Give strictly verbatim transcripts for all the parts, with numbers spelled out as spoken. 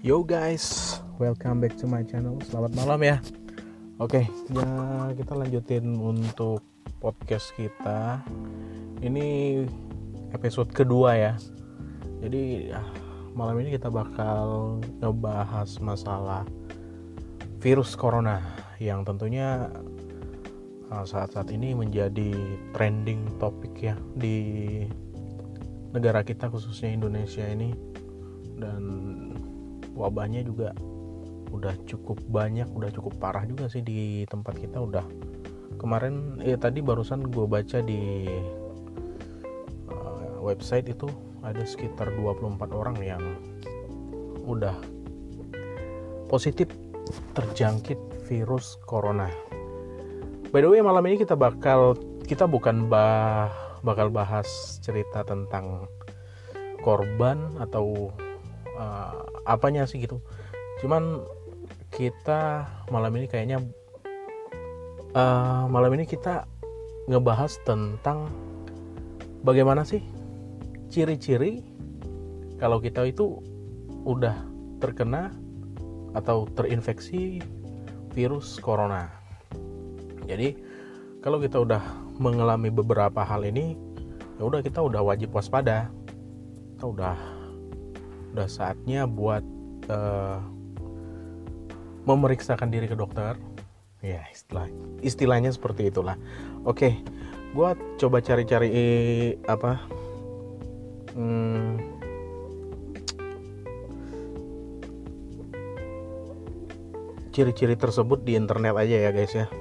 Yo guys, welcome back to my channel. Selamat malam ya. Oke, ya kita lanjutin untuk podcast kita. Ini episode kedua ya. Jadi malam ini kita bakal ngebahas masalah virus corona yang tentunya saat-saat ini menjadi trending topik ya di negara kita, khususnya Indonesia ini. Dan wabahnya juga udah cukup banyak, udah cukup parah juga sih di tempat kita. Udah kemarin eh tadi barusan gue baca di uh, website itu ada sekitar dua puluh empat orang yang udah positif terjangkit virus corona. By the way, malam ini kita bakal kita bukan bah, bakal bahas cerita tentang korban atau uh, apanya sih gitu. Cuman kita malam ini kayaknya uh, malam ini kita ngebahas tentang bagaimana sih ciri-ciri kalau kita itu udah terkena atau terinfeksi virus corona. Jadi kalau kita udah mengalami beberapa hal ini, ya udah kita udah wajib waspada. Kita udah udah saatnya buat uh, memeriksakan diri ke dokter. Ya, istilah istilahnya seperti itulah. Oke, gue coba cari-cari eh, apa hmm, ciri-ciri tersebut di internet aja ya guys ya.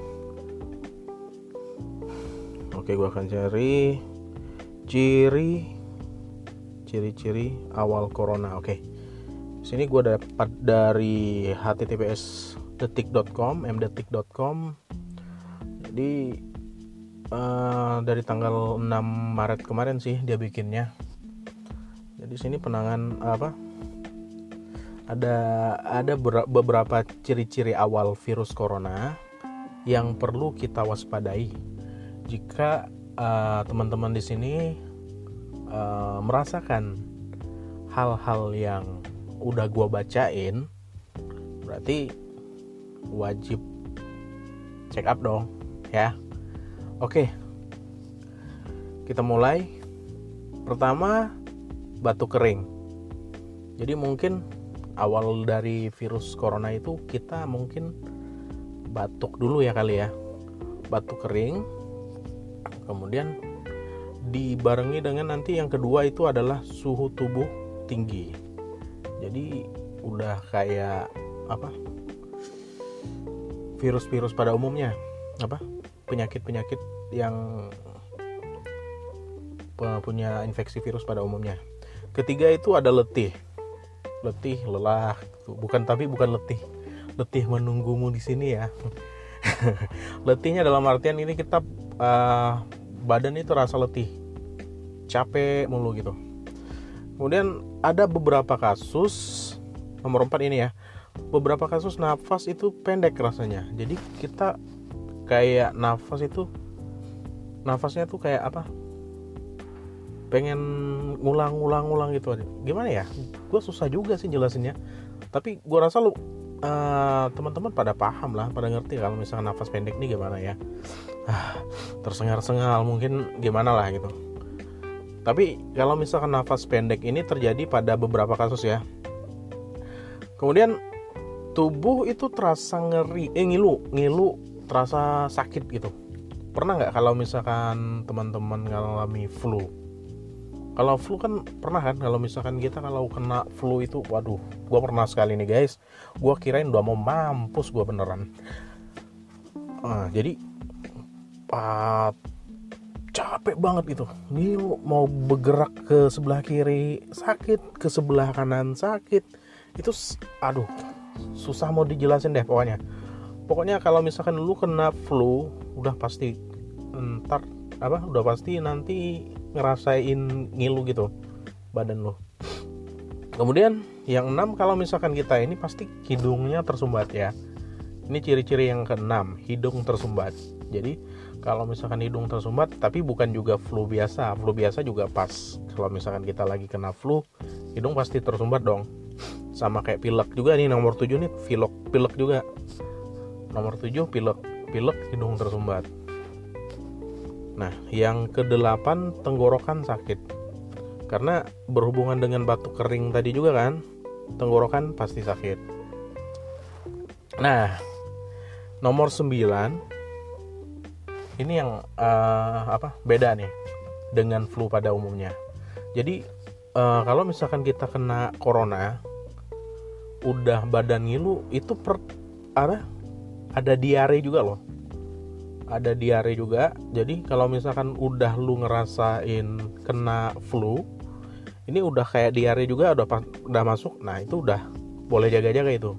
Oke, gue akan cari ciri ciri-ciri awal corona. Oke, sini gue dapat dari h t t p s detik dot com, m detik dot com. Jadi uh, dari tanggal enam Maret kemarin sih dia bikinnya. Jadi sini penangan apa? Ada ada beberapa ciri-ciri awal virus corona yang perlu kita waspadai. Jika uh, teman-teman di sini uh, merasakan hal-hal yang udah gua bacain, berarti wajib check up dong ya. Oke, kita mulai. Pertama, batuk kering. Jadi mungkin awal dari virus corona itu kita mungkin batuk dulu ya kali ya. Batuk kering, kemudian dibarengi dengan nanti yang kedua itu adalah suhu tubuh tinggi. Jadi udah kayak apa? Virus-virus pada umumnya, apa? Penyakit-penyakit yang punya infeksi virus pada umumnya. Ketiga itu ada letih. Letih, lelah, bukan tapi bukan letih. Letih menunggumu di sini ya. Letihnya dalam artian ini kita uh, badan itu rasa letih, capek mulu gitu. Kemudian ada beberapa kasus, nomor empat ini ya, beberapa kasus nafas itu pendek rasanya. Jadi kita kayak nafas itu, nafasnya tuh kayak apa, pengen ngulang-ngulang-ngulang gitu aja. Gimana ya, gue susah juga sih jelasinnya. Tapi gue rasa lu uh, teman-teman pada paham lah, pada ngerti kalau misalkan nafas pendek nih gimana ya. Ah, tersengal-sengal mungkin gimana lah gitu. Tapi kalau misalkan nafas pendek ini terjadi pada beberapa kasus ya. Kemudian tubuh itu terasa ngeri, eh ngilu, ngilu, terasa sakit gitu. Pernah nggak kalau misalkan teman-teman ngalami flu? Kalau flu kan pernah kan, kalau misalkan kita kalau kena flu itu, waduh, gue pernah sekali nih guys. Gue kirain udah mau mampus gue beneran. Ah, jadi ah, capek banget gitu. Ngilu, mau bergerak ke sebelah kiri sakit, ke sebelah kanan sakit. Itu aduh, susah mau dijelasin deh pokoknya. Pokoknya kalau misalkan lu kena flu, udah pasti ntar apa? Udah pasti nanti ngerasain ngilu gitu badan lu. Kemudian yang enam, kalau misalkan kita ini pasti hidungnya tersumbat ya. Ini ciri-ciri yang keenam, hidung tersumbat. Jadi kalau misalkan hidung tersumbat, tapi bukan juga flu biasa. Flu biasa juga pas kalau misalkan kita lagi kena flu, hidung pasti tersumbat dong. Sama kayak pilek juga nih, nomor tujuh nih pilek pilek juga. Nomor tujuh pilek pilek hidung tersumbat. Nah, yang kedelapan tenggorokan sakit. Karena berhubungan dengan batuk kering tadi juga kan, tenggorokan pasti sakit. Nah, nomor sembilan ini yang uh, apa beda nih dengan flu pada umumnya. Jadi uh, kalau misalkan kita kena corona, udah badan ngilu, itu per ada ada diare juga loh. Ada diare juga. Jadi kalau misalkan udah lu ngerasain kena flu, ini udah kayak diare juga, udah udah masuk. Nah, itu udah boleh jaga-jaga itu.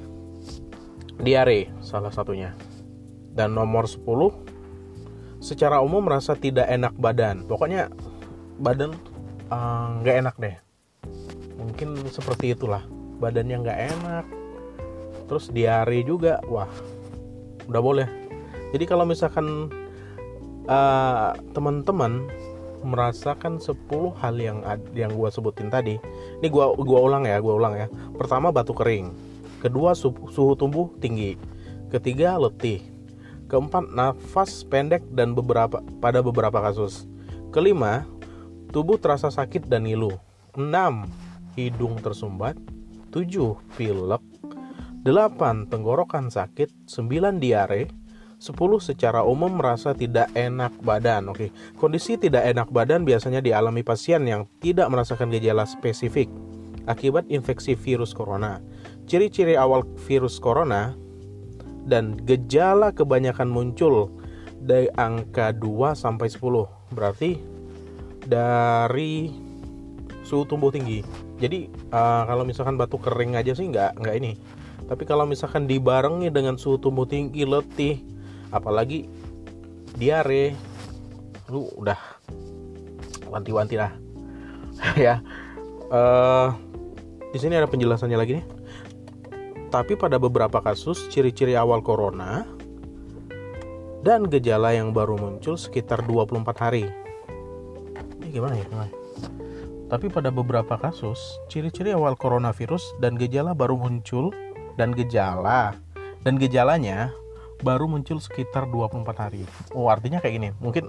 Diare salah satunya. Dan nomor sepuluh, secara umum merasa tidak enak badan. Pokoknya badan nggak uh, enak deh. Mungkin seperti itulah. Badannya nggak enak. Terus diare juga. Wah, udah boleh. Jadi kalau misalkan uh, teman-teman merasakan sepuluh hal yang yang gue sebutin tadi, ini gue gua ulang ya, gue ulang ya. Pertama, batuk kering. Kedua, suhu, suhu tubuh tinggi. Ketiga, letih. Keempat, nafas pendek dan beberapa pada beberapa kasus. Kelima, tubuh terasa sakit dan ngilu. Enam, hidung tersumbat. Tujuh, pilek. Delapan, tenggorokan sakit. Sembilan, diare. Sepuluh, secara umum merasa tidak enak badan. Oke, kondisi tidak enak badan biasanya dialami pasien yang tidak merasakan gejala spesifik akibat infeksi virus corona. Ciri-ciri awal virus corona dan gejala kebanyakan muncul dari angka dua sampai sepuluh. Berarti dari suhu tubuh tinggi. Jadi uh, kalau misalkan batuk kering aja sih nggak nggak ini. Tapi kalau misalkan dibarengi dengan suhu tubuh tinggi, letih, apalagi diare, lu udah wanti-wanti lah. Ya. Uh, di sini ada penjelasannya lagi nih. Tapi pada beberapa kasus, ciri-ciri awal corona dan gejala yang baru muncul sekitar dua puluh empat hari. Ini gimana ya? Gimana? Tapi pada beberapa kasus, ciri-ciri awal coronavirus dan gejala baru muncul dan gejala dan gejalanya baru muncul sekitar dua puluh empat hari. Oh, artinya kayak gini. Mungkin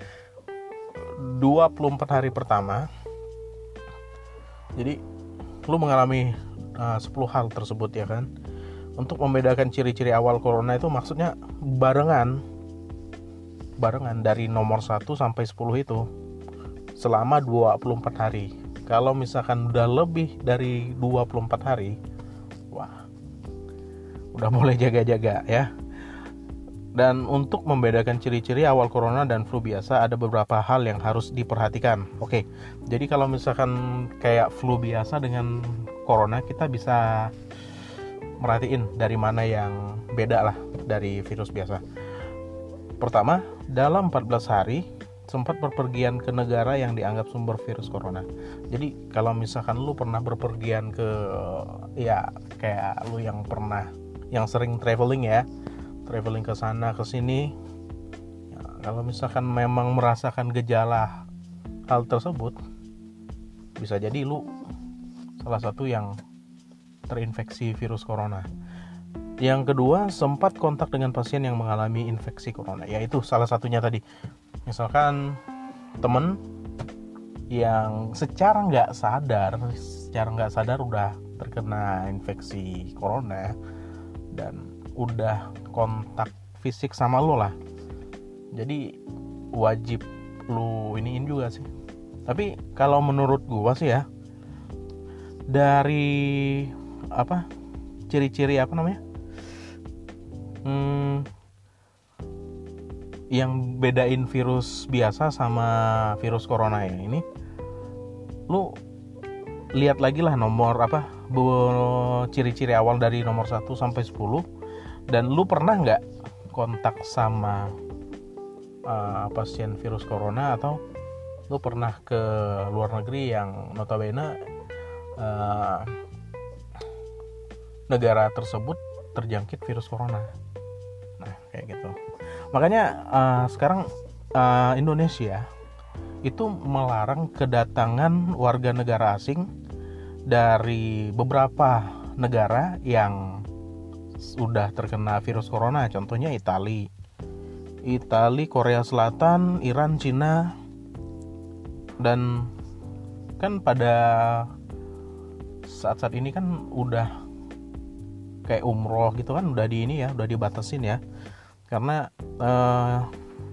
dua puluh empat hari pertama. Jadi lu mengalami Uh, sepuluh hal tersebut ya kan. Untuk membedakan ciri-ciri awal corona itu maksudnya barengan barengan dari nomor satu sampai sepuluh itu selama dua puluh empat hari. Kalau misalkan udah lebih dari dua puluh empat hari, wah, udah mulai jaga-jaga ya. Dan untuk membedakan ciri-ciri awal corona dan flu biasa, ada beberapa hal yang harus diperhatikan. Oke, jadi kalau misalkan kayak flu biasa dengan corona, kita bisa merhatiin dari mana yang beda lah dari virus biasa. Pertama, dalam empat belas hari sempat berpergian ke negara yang dianggap sumber virus corona. Jadi kalau misalkan lu pernah berpergian ke, ya kayak lu yang pernah, yang sering traveling ya, traveling ke sana ke sini, ya, kalau misalkan memang merasakan gejala hal tersebut, bisa jadi lu salah satu yang terinfeksi virus corona. Yang kedua, sempat kontak dengan pasien yang mengalami infeksi corona, yaitu salah satunya tadi, misalkan temen yang secara nggak sadar, secara nggak sadar udah terkena infeksi corona dan udah kontak fisik sama lo lah. Jadi wajib lu iniin juga sih. Tapi kalau menurut gua sih ya, dari apa ciri-ciri apa namanya hmm, yang bedain virus biasa sama virus corona ya ini, lu lihat lagi lah nomor apa bu, ciri-ciri awal dari nomor satu sampai sepuluh. Dan lu pernah nggak kontak sama uh, pasien virus corona, atau lu pernah ke luar negeri yang notabene uh, negara tersebut terjangkit virus corona. Nah kayak gitu. Makanya uh, sekarang uh, Indonesia itu melarang kedatangan warga negara asing dari beberapa negara yang sudah terkena virus corona, contohnya Italia, Italia, Korea Selatan, Iran, Cina, dan kan pada saat-saat ini kan udah kayak umroh gitu kan, udah di ini ya, udah dibatasin ya, karena uh,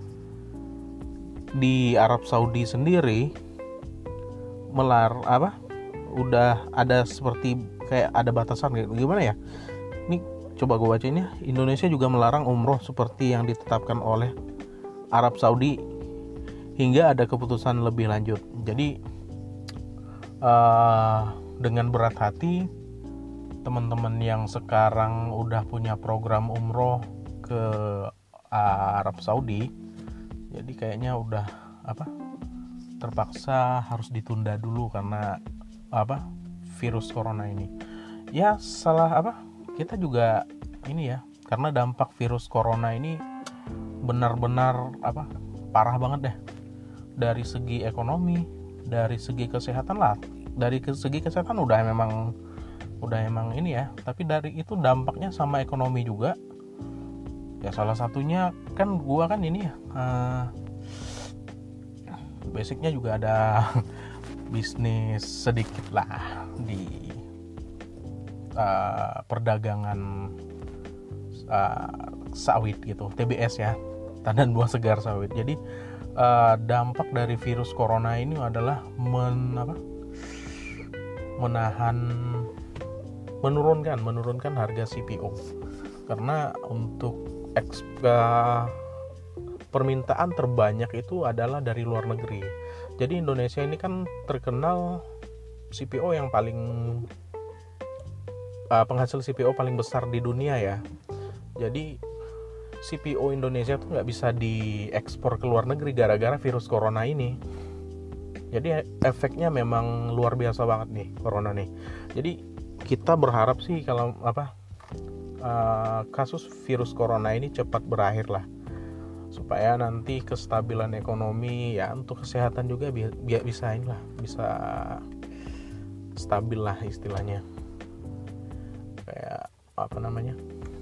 di Arab Saudi sendiri melar apa udah ada seperti kayak ada batasan gimana ya, ini coba gue bacain ya. Indonesia juga melarang umroh seperti yang ditetapkan oleh Arab Saudi hingga ada keputusan lebih lanjut. Jadi uh, dengan berat hati teman-teman yang sekarang udah punya program umroh ke Arab Saudi, jadi kayaknya udah apa terpaksa harus ditunda dulu karena apa virus corona ini. Ya salah apa kita juga ini ya, karena dampak virus corona ini benar-benar apa parah banget deh, dari segi ekonomi, dari segi kesehatan lah. Dari segi kesehatan udah memang udah emang ini ya, tapi dari itu dampaknya sama ekonomi juga. Ya salah satunya kan gua kan ini ya, uh, basicnya juga ada bisnis sedikit lah di uh, perdagangan uh, sawit gitu, T B S ya, tandan buah segar sawit. Jadi uh, dampak dari virus corona ini adalah men, apa, menahan menurunkan menurunkan harga C P O, karena untuk eks, uh, permintaan terbanyak itu adalah dari luar negeri. Jadi Indonesia ini kan terkenal C P O yang paling uh, penghasil C P O paling besar di dunia ya. Jadi C P O Indonesia tuh nggak bisa diekspor ke luar negeri gara-gara virus corona ini. Jadi efeknya memang luar biasa banget nih corona nih. Jadi kita berharap sih kalau apa uh, kasus virus corona ini cepat berakhir lah, supaya nanti kestabilan ekonomi ya untuk kesehatan juga biar bi- bisa inilah bisa stabil lah istilahnya, kayak apa namanya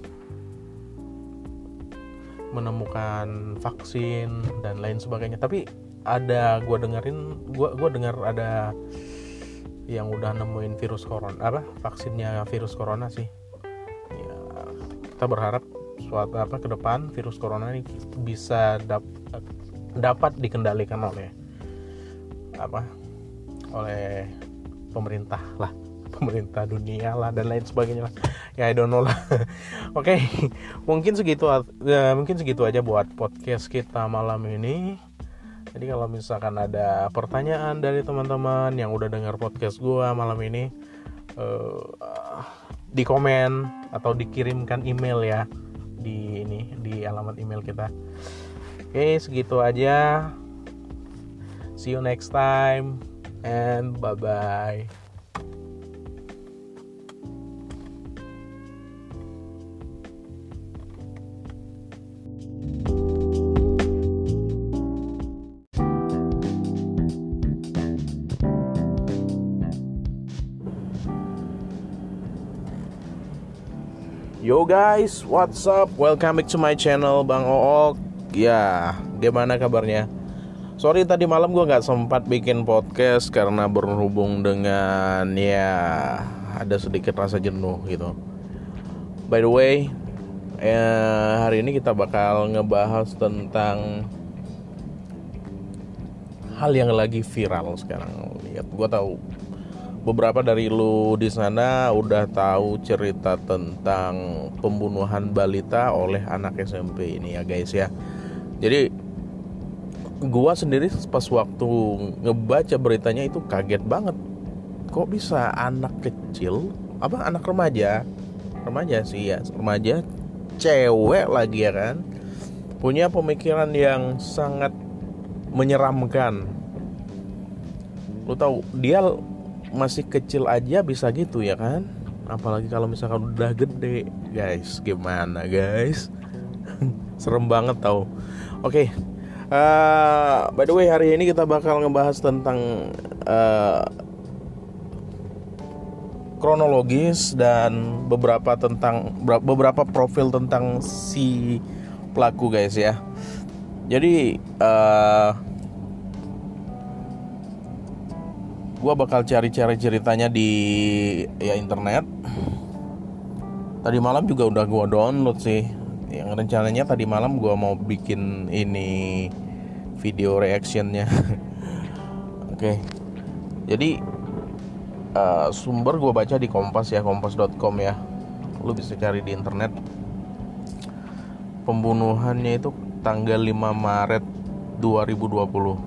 menemukan vaksin dan lain sebagainya. Tapi ada gue dengerin gue gue dengar ada yang udah nemuin virus corona apa vaksinnya virus corona sih ya. Kita berharap suatu apa ke depan virus corona ini bisa dap, dapat dikendalikan oleh apa oleh pemerintah lah, pemerintah dunia lah dan lain sebagainya lah. Ya I don't know lah. Oke, okay, mungkin segitu ya, mungkin segitu aja buat podcast kita malam ini. Jadi kalau misalkan ada pertanyaan dari teman-teman yang udah dengar podcast gue malam ini, uh, di komen atau dikirimkan email ya di ini di alamat email kita. Oke, segitu aja. See you next time and bye bye. Yo guys, what's up? Welcome back to my channel, Bang Ook. Ya, gimana kabarnya? Sorry tadi malam gue gak sempat bikin podcast karena berhubung dengan ya ada sedikit rasa jenuh gitu. By the way, eh, hari ini kita bakal ngebahas tentang hal yang lagi viral sekarang. Lihat, gue tahu beberapa dari lu di sana udah tahu cerita tentang pembunuhan balita oleh anak S M P ini ya guys ya. Jadi gua sendiri pas waktu ngebaca beritanya itu kaget banget. Kok bisa anak kecil, apa anak remaja, remaja sih ya, remaja, cewek lagi ya kan, punya pemikiran yang sangat menyeramkan. Lu tahu dia masih kecil aja bisa gitu ya kan, apalagi kalau misalkan udah gede guys, gimana guys. Serem banget tau. Oke, okay. uh, by the way hari ini kita bakal ngebahas tentang uh, kronologis dan beberapa tentang beberapa profil tentang si pelaku guys ya. Jadi uh, gue bakal cari-cari ceritanya di ya internet. Tadi malam juga udah gue download sih. Yang rencananya tadi malam gue mau bikin ini video reactionnya. Oke, okay. Jadi uh, sumber gue baca di Kompas ya, kompas dot com ya. Lu bisa cari di internet. Pembunuhannya itu tanggal lima Maret dua ribu dua puluh.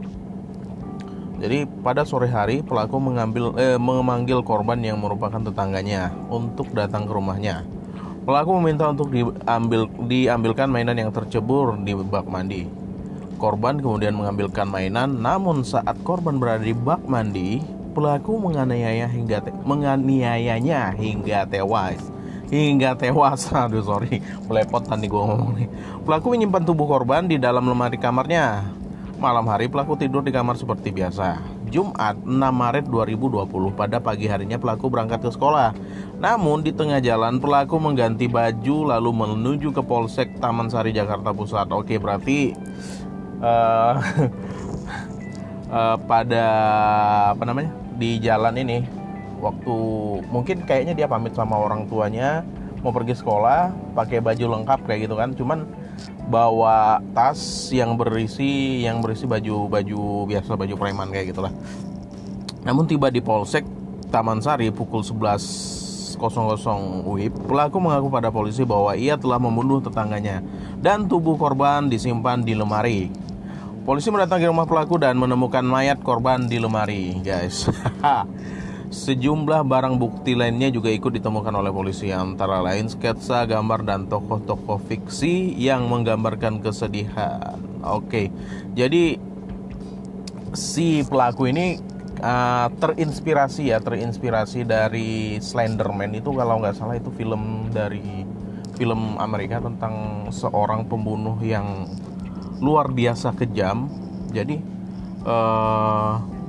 Jadi pada sore hari pelaku mengambil eh, memanggil korban yang merupakan tetangganya untuk datang ke rumahnya. Pelaku meminta untuk diambil diambilkan mainan yang tercebur di bak mandi. Korban kemudian mengambilkan mainan, namun saat korban berada di bak mandi, pelaku menganiaya hingga te- menganiayanya hingga tewas. Hingga tewas, aduh sorry, melepotan nih gue ngomong nih. Pelaku menyimpan tubuh korban di dalam lemari kamarnya. Malam hari pelaku tidur di kamar seperti biasa. Jumat enam Maret dua ribu dua puluh, pada pagi harinya pelaku berangkat ke sekolah. Namun di tengah jalan pelaku mengganti baju lalu menuju ke Polsek Taman Sari Jakarta Pusat. Oke, berarti uh, uh, pada apa namanya di jalan ini waktu mungkin kayaknya dia pamit sama orang tuanya mau pergi sekolah pakai baju lengkap kayak gitu kan, cuman bawa tas yang berisi yang berisi baju-baju biasa, baju preman kayak gitulah. Namun tiba di Polsek Taman Sari pukul sebelas W I B, pelaku mengaku pada polisi bahwa ia telah membunuh tetangganya dan tubuh korban disimpan di lemari. Polisi mendatangi rumah pelaku dan menemukan mayat korban di lemari, guys. Sejumlah barang bukti lainnya juga ikut ditemukan oleh polisi, antara lain sketsa, gambar, dan tokoh-tokoh fiksi yang menggambarkan kesedihan. Oke, jadi si pelaku ini uh, terinspirasi ya, terinspirasi dari Slenderman itu, kalau nggak salah itu film dari film Amerika tentang seorang pembunuh yang luar biasa kejam. Jadi uh,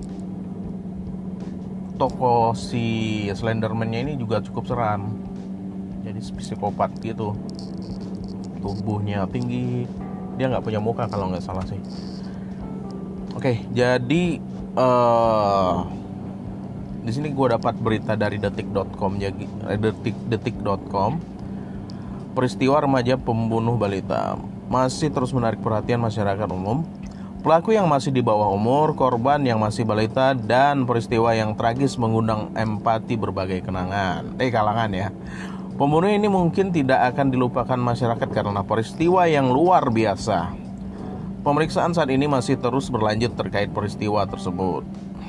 tokoh si Slenderman-nya ini juga cukup seram. Jadi psikopat gitu, tubuhnya tinggi, dia nggak punya muka kalau nggak salah sih. Oke, jadi uh, di sini gue dapat berita dari detik dot com, jadi detik detik dot com. Peristiwa remaja pembunuh balita masih terus menarik perhatian masyarakat umum. Pelaku yang masih di bawah umur, korban yang masih balita, dan peristiwa yang tragis mengundang empati berbagai kenangan, eh kalangan ya. Pembunuh ini mungkin tidak akan dilupakan masyarakat karena peristiwa yang luar biasa. Pemeriksaan saat ini masih terus berlanjut terkait peristiwa tersebut.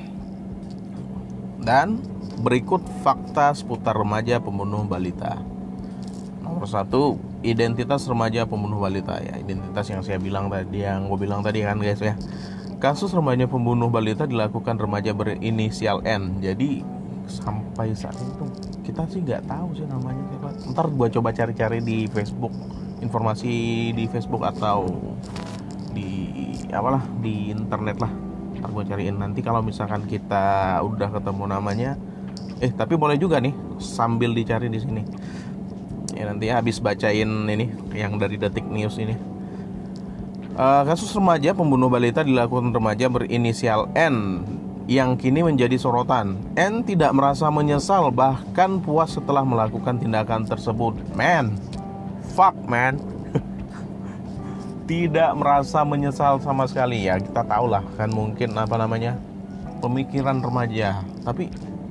Dan berikut fakta seputar remaja pembunuh balita. Nomor satu, identitas remaja pembunuh balita ya, identitas yang saya bilang tadi, yang gue bilang tadi kan guys ya. Kasus remaja pembunuh balita dilakukan remaja berinisial N. Jadi sampai saat itu kita sih nggak tahu sih namanya siapa. Ntar gue coba cari-cari di Facebook, informasi di Facebook atau di apalah di internet lah. Ntar gue cariin nanti kalau misalkan kita udah ketemu namanya. Eh tapi boleh juga nih sambil dicari di sini. Ya nanti habis bacain ini yang dari Detik News ini. Uh, kasus remaja pembunuh balita dilakukan remaja berinisial N yang kini menjadi sorotan. N tidak merasa menyesal, bahkan puas setelah melakukan tindakan tersebut. Man, fuck man. Tidak merasa menyesal sama sekali ya. Kita tahu lah kan, mungkin apa namanya pemikiran remaja. Tapi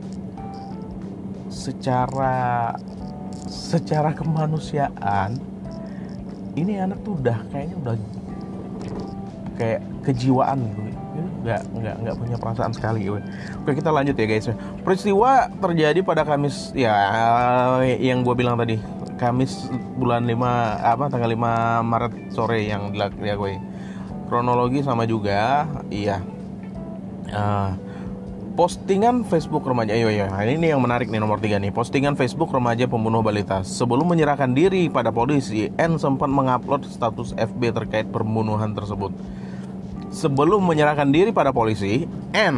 secara secara kemanusiaan ini anak tuh udah kayaknya udah kayak kejiwaan gitu, nggak nggak nggak punya perasaan sekali gitu. Oke, kita lanjut ya guys. Peristiwa terjadi pada Kamis ya, yang gue bilang tadi, Kamis bulan lima apa tanggal lima Maret sore yang dilakukan. Kronologi sama juga, iya. Uh, Postingan Facebook remaja, iya iya. Ini yang menarik nih, nomor tiga nih. Postingan Facebook remaja pembunuh balita. Sebelum menyerahkan diri pada polisi, N sempat mengupload status F B terkait pembunuhan tersebut. Sebelum menyerahkan diri pada polisi, N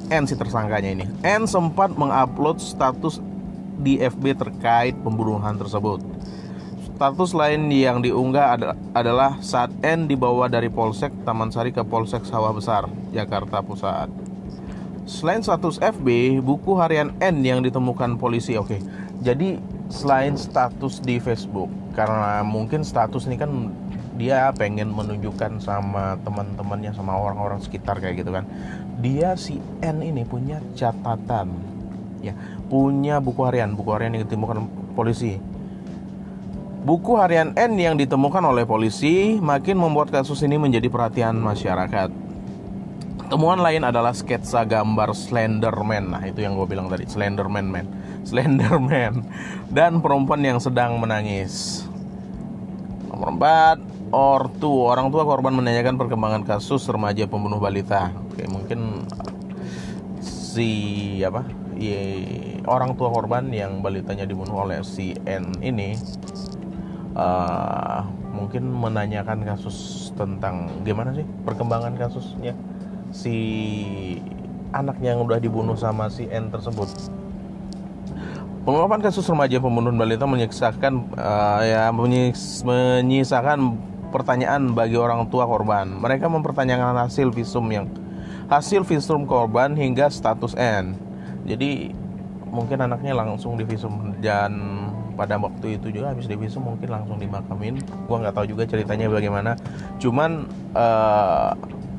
N si tersangkanya ini. N sempat mengupload status di F B terkait pembunuhan tersebut. Status lain yang diunggah adalah saat N dibawa dari Polsek Taman Sari ke Polsek Sawah Besar, Jakarta Pusat. Selain status F B, buku harian N yang ditemukan polisi. Oke, jadi selain status di Facebook, karena mungkin status ini kan dia pengen menunjukkan sama teman-temannya, sama orang-orang sekitar kayak gitu kan. Dia si N ini punya catatan, ya, punya buku harian, buku harian yang ditemukan polisi. Buku harian N yang ditemukan oleh polisi makin membuat kasus ini menjadi perhatian masyarakat. Temuan lain adalah sketsa gambar Slenderman. Nah, itu yang gue bilang tadi, Slenderman, man. Slenderman dan perempuan yang sedang menangis. Nomor empat, ortu. Orang tua korban menanyakan perkembangan kasus remaja pembunuh balita. Oke, mungkin si apa? Ye, orang tua korban yang balitanya dibunuh oleh si N ini Uh, mungkin menanyakan kasus tentang gimana sih perkembangan kasusnya si anak yang udah dibunuh sama si N tersebut. Pengungkapan kasus remaja pembunuhan balita menyisakan uh, ya menyis, menyisakan pertanyaan bagi orang tua korban. Mereka mempertanyakan hasil visum yang hasil visum korban hingga status N. Jadi mungkin anaknya langsung divisum dan pada waktu itu juga habis divisum mungkin langsung dimakamin. Gua nggak tahu juga ceritanya bagaimana. Cuman uh,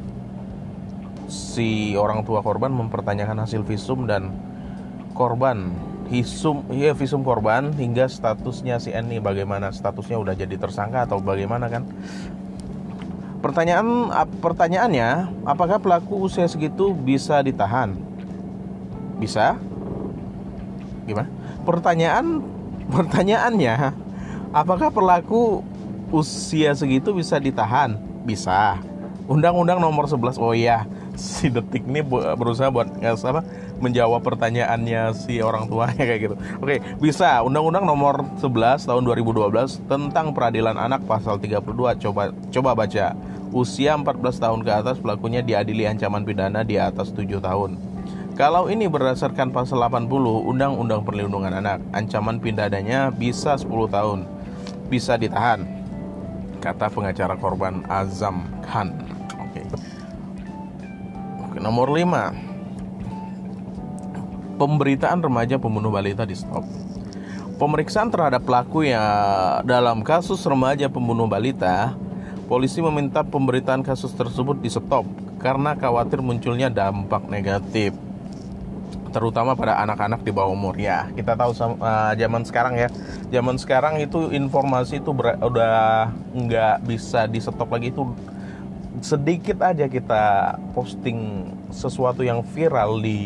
si orang tua korban mempertanyakan hasil visum dan korban visum, ya visum korban hingga statusnya si N ini bagaimana, statusnya udah jadi tersangka atau bagaimana kan? Pertanyaan pertanyaannya, apakah pelaku usia segitu bisa ditahan? Bisa? Gimana? Pertanyaan Pertanyaannya, apakah pelaku usia segitu bisa ditahan? Bisa. Undang-Undang nomor sebelas. Oh iya, si Detik ini berusaha buat apa, menjawab pertanyaannya si orang tuanya kayak gitu. Oke, bisa. Undang-Undang nomor sebelas tahun dua ribu dua belas tentang peradilan anak pasal tiga puluh dua. Coba coba baca. Usia empat belas tahun ke atas pelakunya diadili ancaman pidana di atas tujuh tahun. Kalau ini berdasarkan pasal delapan puluh Undang-Undang Perlindungan Anak, ancaman pidananya bisa sepuluh tahun, bisa ditahan, kata pengacara korban Azam Khan. Oke. Oke, nomor lima. Pemberitaan remaja pembunuh balita di stop. Pemeriksaan terhadap pelaku yang dalam kasus remaja pembunuh balita, polisi meminta pemberitaan kasus tersebut di stop karena khawatir munculnya dampak negatif, terutama pada anak-anak di bawah umur. Ya, kita tahu uh, zaman sekarang ya, zaman sekarang itu informasi itu ber- udah nggak bisa di stop lagi. Itu sedikit aja kita posting sesuatu yang viral di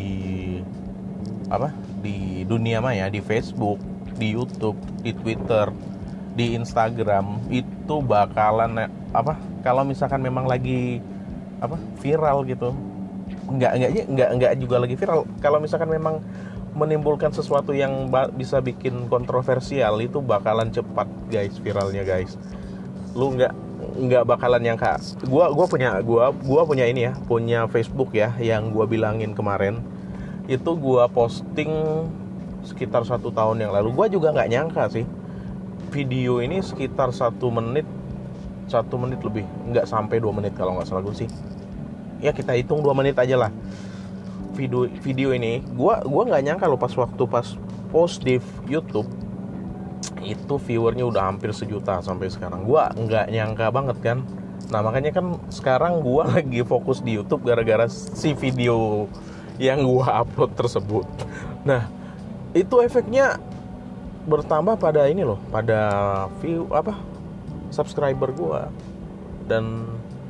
apa di dunia maya, di Facebook, di YouTube, di Twitter, di Instagram, itu bakalan apa kalau misalkan memang lagi apa viral gitu. Enggak, enggak, enggak, enggak juga lagi viral. Kalau misalkan memang menimbulkan sesuatu yang ba- bisa bikin kontroversial, itu bakalan cepat guys viralnya guys. Lu enggak enggak bakalan nyangka. Gua gua punya gua gua punya ini ya, punya Facebook ya yang gua bilangin kemarin. Itu gua posting sekitar satu tahun yang lalu. Gua juga enggak nyangka sih. Video ini sekitar satu menit, satu menit lebih, enggak sampai dua menit kalau enggak salah gue sih. Ya kita hitung dua menit aja lah. Video video ini gua gua nggak nyangka loh pas waktu pas post di YouTube itu viewernya udah hampir sejuta sampai sekarang. Gua nggak nyangka banget kan. Nah makanya kan sekarang gua lagi fokus di YouTube gara-gara si video yang gua upload tersebut. Nah itu efeknya bertambah pada ini loh, pada view apa subscriber gua dan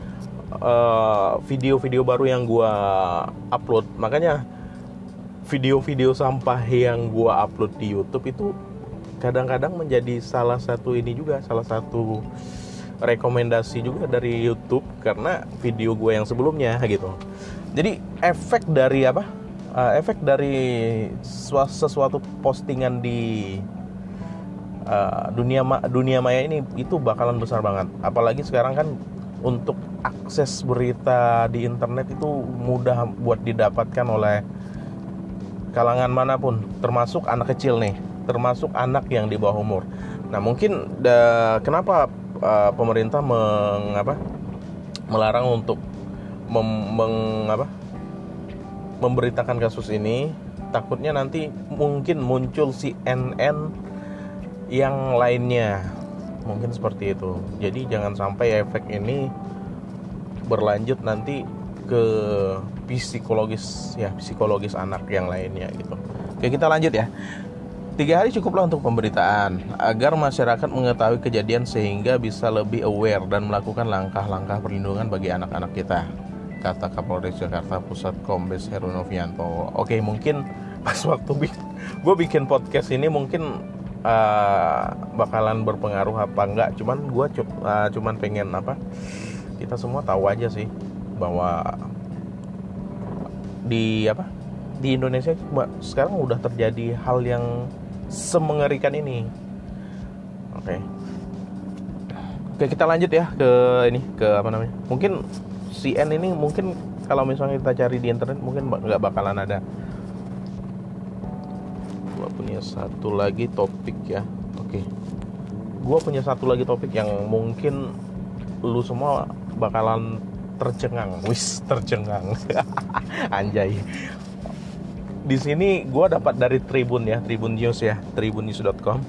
Uh, video-video baru yang gue upload. Makanya video-video sampah yang gue upload di YouTube itu kadang-kadang menjadi salah satu ini juga, salah satu rekomendasi juga dari YouTube karena video gue yang sebelumnya gitu. Jadi efek dari apa? Uh, efek dari sesuatu postingan di uh, dunia ma- dunia maya ini itu bakalan besar banget. Apalagi sekarang kan untuk akses berita di internet itu mudah buat didapatkan oleh kalangan manapun, termasuk anak kecil nih, termasuk anak yang di bawah umur. Nah mungkin da, kenapa uh, pemerintah mengapa melarang untuk mem, meng, apa, memberitakan kasus ini? Takutnya nanti mungkin muncul C N N yang lainnya, mungkin seperti itu. Jadi jangan sampai efek ini berlanjut nanti ke psikologis ya psikologis anak yang lainnya gitu. Oke, kita lanjut ya. Tiga hari cukuplah untuk pemberitaan agar masyarakat mengetahui kejadian sehingga bisa lebih aware dan melakukan langkah-langkah perlindungan bagi anak-anak kita, kata Kapolres Jakarta Pusat Kombes Heru Novianto. Oke, mungkin pas waktu gue bikin podcast ini mungkin uh, bakalan berpengaruh apa enggak, cuman gue cu- uh, cuman pengen apa kita semua tahu aja sih bahwa di apa di Indonesia sekarang udah terjadi hal yang semengerikan ini. Oke, oke kita lanjut ya ke ini ke apa namanya? Mungkin C N ini mungkin kalau misalnya kita cari di internet mungkin nggak bakalan ada. Gua punya satu lagi topik ya. Oke, gua punya satu lagi topik yang mungkin lu semua bakalan tercengang, wis tercengang, anjay. Di sini gue dapat dari Tribun ya, Tribun News ya, tribun news dot com.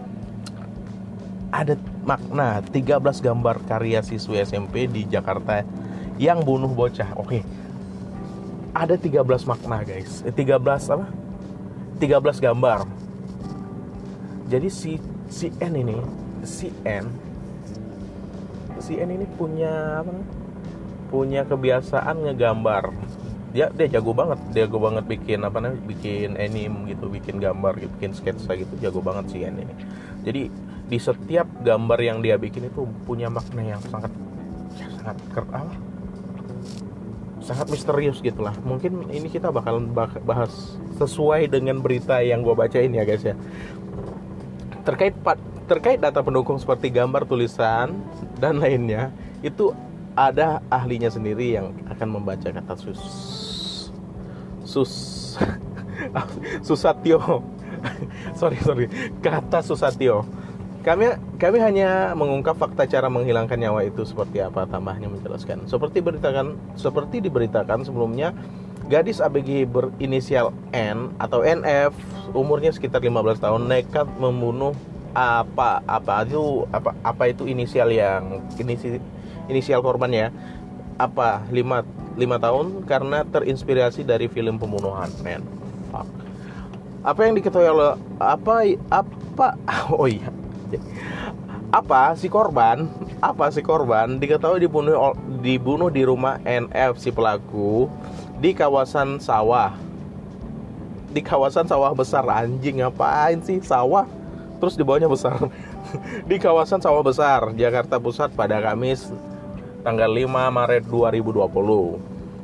Ada makna tiga belas gambar karya siswi S M P di Jakarta yang bunuh bocah. Oke, ada tiga belas makna guys, eh, tiga belas apa? tiga belas gambar. Jadi si C N ini, C N C N ini punya apa nih? Punya kebiasaan ngegambar. Dia dia jago banget, dia jago banget bikin apa namanya? Bikin anime gitu, bikin gambar gitu, bikin sketsa gitu, jago banget C N ini. Jadi di setiap gambar yang dia bikin itu punya makna yang sangat ya, sangat apa? Sangat misterius gitulah. Mungkin ini kita bakalan bahas sesuai dengan berita yang gue bacain ya guys ya. Terkait terkait data pendukung seperti gambar, tulisan dan lainnya, itu ada ahlinya sendiri yang akan membaca kata sus sus Susatyo sorry sorry kata Susatyo. Kami kami hanya mengungkap fakta cara menghilangkan nyawa itu seperti apa, tambahnya menjelaskan. Seperti beritakan seperti diberitakan sebelumnya, gadis A B G berinisial N atau N F, umurnya sekitar lima belas tahun, nekat membunuh apa apa itu apa apa itu inisial yang inisi, inisial korbannya apa lima lima tahun karena terinspirasi dari film pembunuhan. Man, fuck. Apa yang diketahui oleh apa apa oh iya apa si korban apa si korban diketahui dibunuh dibunuh di rumah N F si pelaku di kawasan sawah di kawasan sawah besar. Anjing, ngapain sih sawah terus di bawahnya besar? Di kawasan sawah besar Jakarta Pusat pada Kamis tanggal lima Maret dua ribu dua puluh.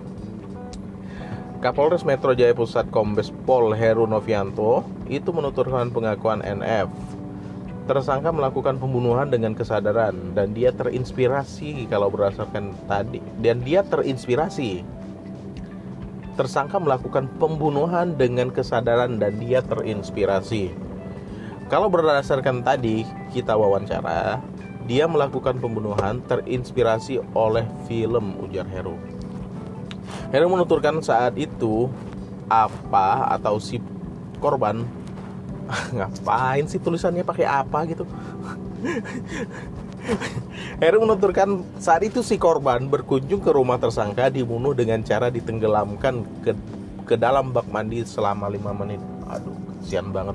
Kapolres Metro Jaya Pusat Kombes Pol Heru Novianto itu menuturkan pengakuan N F. Tersangka melakukan pembunuhan dengan kesadaran dan dia terinspirasi kalau berdasarkan tadi dan dia terinspirasi. Tersangka melakukan pembunuhan dengan kesadaran dan dia terinspirasi. Kalau berdasarkan tadi kita wawancara, dia melakukan pembunuhan terinspirasi oleh film, ujar Heru. Heru menuturkan saat itu apa atau si korban ngapain sih tulisannya pakai apa gitu. Heru menuturkan saat itu si korban berkunjung ke rumah tersangka dibunuh dengan cara ditenggelamkan ke ke dalam bak mandi selama lima menit. Aduh, kasihan banget.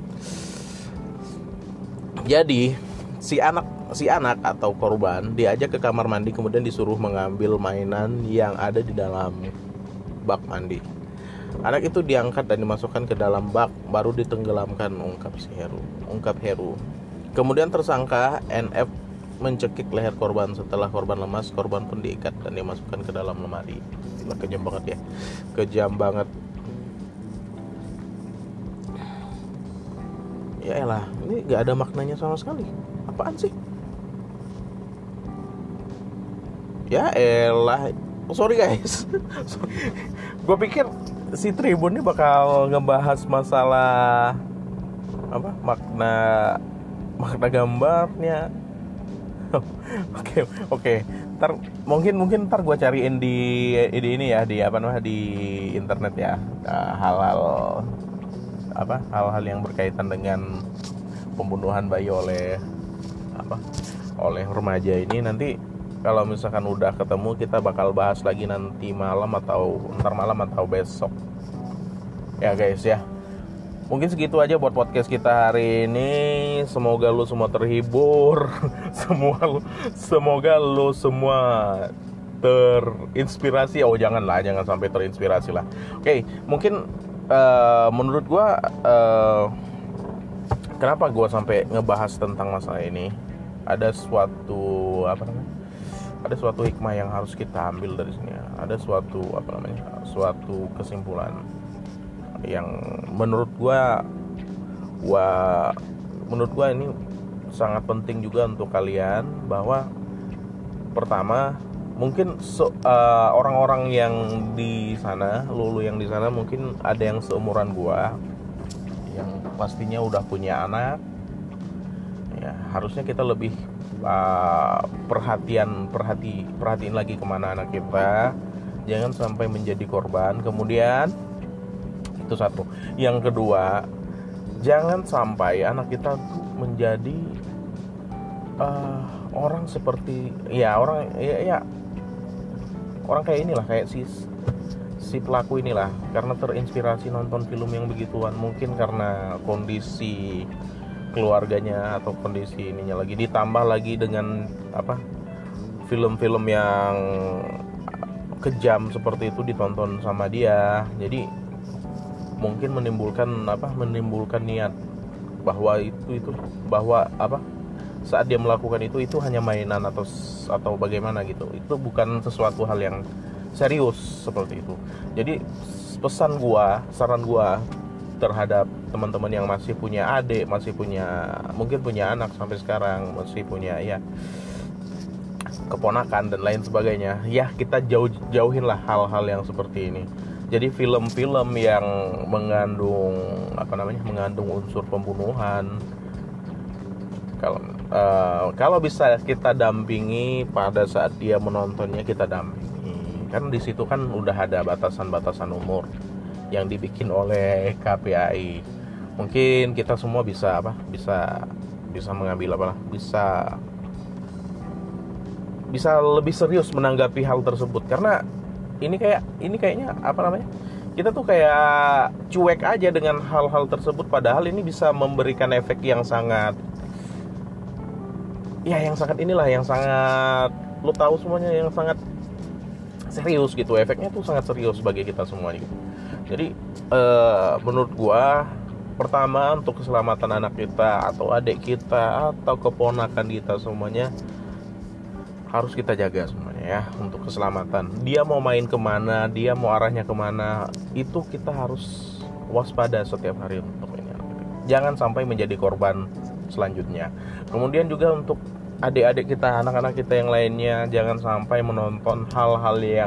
Jadi si anak si anak atau korban diajak ke kamar mandi kemudian disuruh mengambil mainan yang ada di dalam bak mandi. Anak itu diangkat dan dimasukkan ke dalam bak baru ditenggelamkan, ungkap si Heru. Ungkap Heru. Kemudian tersangka N F mencekik leher korban. Setelah korban lemas, korban pun diikat dan dimasukkan ke dalam lemari. Gila, kejam banget ya. Kejam banget. Ya elah, ini gak ada maknanya sama sekali. Apaan sih? Ya elah, sorry guys. Gue pikir si Tribun ini bakal ngebahas masalah apa makna makna gambarnya. Oke oke, ntar mungkin mungkin ntar gue cariin di di ini ya, di apa namanya, di internet ya, hal-hal apa hal-hal yang berkaitan dengan pembunuhan bayi oleh apa oleh remaja ini. Nanti kalau misalkan udah ketemu, kita bakal bahas lagi nanti malam atau ntar malam atau besok ya guys ya. Mungkin segitu aja buat podcast kita hari ini. Semoga lu semua terhibur. Semua lu, semoga lu semua terinspirasi. Oh jangan lah, jangan sampai terinspirasi lah. Oke, mungkin uh, menurut gua uh, kenapa gua sampai ngebahas tentang masalah ini? Ada suatu apa namanya? Ada suatu hikmah yang harus kita ambil dari sini. Ada suatu apa namanya? Suatu kesimpulan yang menurut gua gua menurut gua ini sangat penting juga untuk kalian. Bahwa pertama, mungkin so, uh, orang-orang yang di sana, lulu yang di sana mungkin ada yang seumuran gua yang pastinya udah punya anak. Ya, harusnya kita lebih uh, perhatian perhati perhatiin lagi kemana anak kita, jangan sampai menjadi korban. Kemudian itu satu. Yang kedua, jangan sampai anak kita tuh menjadi uh, orang seperti ya orang ya, ya orang kayak inilah, kayak si si pelaku inilah, karena terinspirasi nonton film yang begituan. Mungkin karena kondisi keluarganya atau kondisi ininya lagi, ditambah lagi dengan apa film-film yang kejam seperti itu ditonton sama dia. Jadi mungkin menimbulkan apa menimbulkan niat bahwa itu itu bahwa apa saat dia melakukan itu itu hanya mainan atau atau bagaimana gitu. Itu bukan sesuatu hal yang serius seperti itu. Jadi pesan gua, saran gua terhadap teman-teman yang masih punya adik, masih punya mungkin punya anak sampai sekarang, masih punya ya keponakan dan lain sebagainya, ya kita jauh jauhin lah hal-hal yang seperti ini. Jadi film-film yang mengandung apa namanya mengandung unsur pembunuhan, kalau uh, kalau bisa kita dampingi pada saat dia menontonnya, kita dampingi. Kan di situ kan udah ada batasan-batasan umur yang dibikin oleh K P A I. Mungkin kita semua bisa apa bisa bisa mengambil apa bisa bisa lebih serius menanggapi hal tersebut, karena ini kayak ini kayaknya apa namanya kita tuh kayak cuek aja dengan hal-hal tersebut, padahal ini bisa memberikan efek yang sangat ya yang sangat inilah yang sangat lo tahu semuanya, yang sangat serius gitu. Efeknya tuh sangat serius bagi kita semua gitu. Jadi uh, menurut gua, pertama untuk keselamatan anak kita atau adik kita atau keponakan kita semuanya harus kita jaga semuanya ya, untuk keselamatan. Dia mau main kemana, dia mau arahnya kemana, itu kita harus waspada setiap hari untuk ini. Jangan sampai menjadi korban selanjutnya. Kemudian juga untuk adik-adik kita, anak-anak kita yang lainnya, jangan sampai menonton hal-hal yang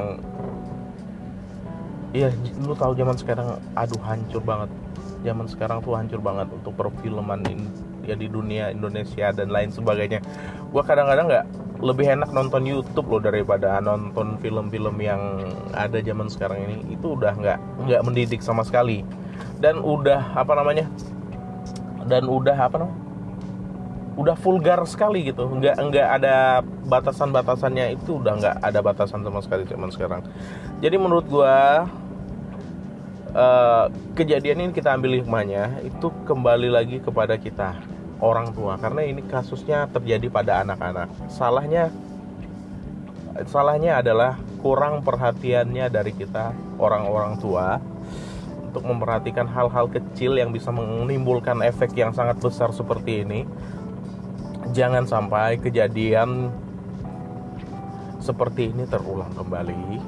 iya, lu tahu zaman sekarang aduh hancur banget. Zaman sekarang tuh hancur banget untuk perfilman in, ya di dunia Indonesia dan lain sebagainya. Gua kadang-kadang nggak lebih enak nonton YouTube loh daripada nonton film-film yang ada zaman sekarang ini. Itu udah nggak nggak mendidik sama sekali, dan udah apa namanya dan udah apa namanya udah vulgar sekali gitu. Nggak nggak ada batasan-batasannya, itu udah nggak ada batasan sama sekali zaman sekarang. Jadi menurut gua uh, kejadian ini kita ambil hikmahnya, itu kembali lagi kepada kita orang tua, karena ini kasusnya terjadi pada anak-anak. Salahnya salahnya adalah kurang perhatiannya dari kita orang-orang tua untuk memperhatikan hal-hal kecil yang bisa menimbulkan efek yang sangat besar seperti ini. Jangan sampai kejadian seperti ini terulang kembali.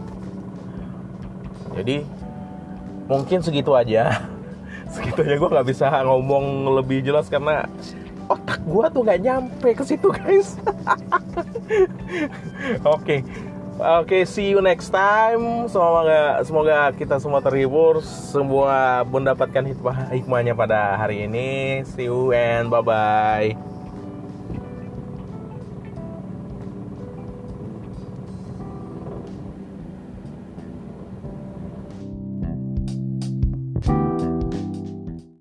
Jadi mungkin segitu aja. Segitu aja, gue nggak bisa ngomong lebih jelas karena otak gue tuh nggak nyampe ke situ guys. Oke, Oke, see you next time. Semoga semoga kita semua terhibur, semua mendapatkan hikmah hikmahnya pada hari ini. See you and bye bye.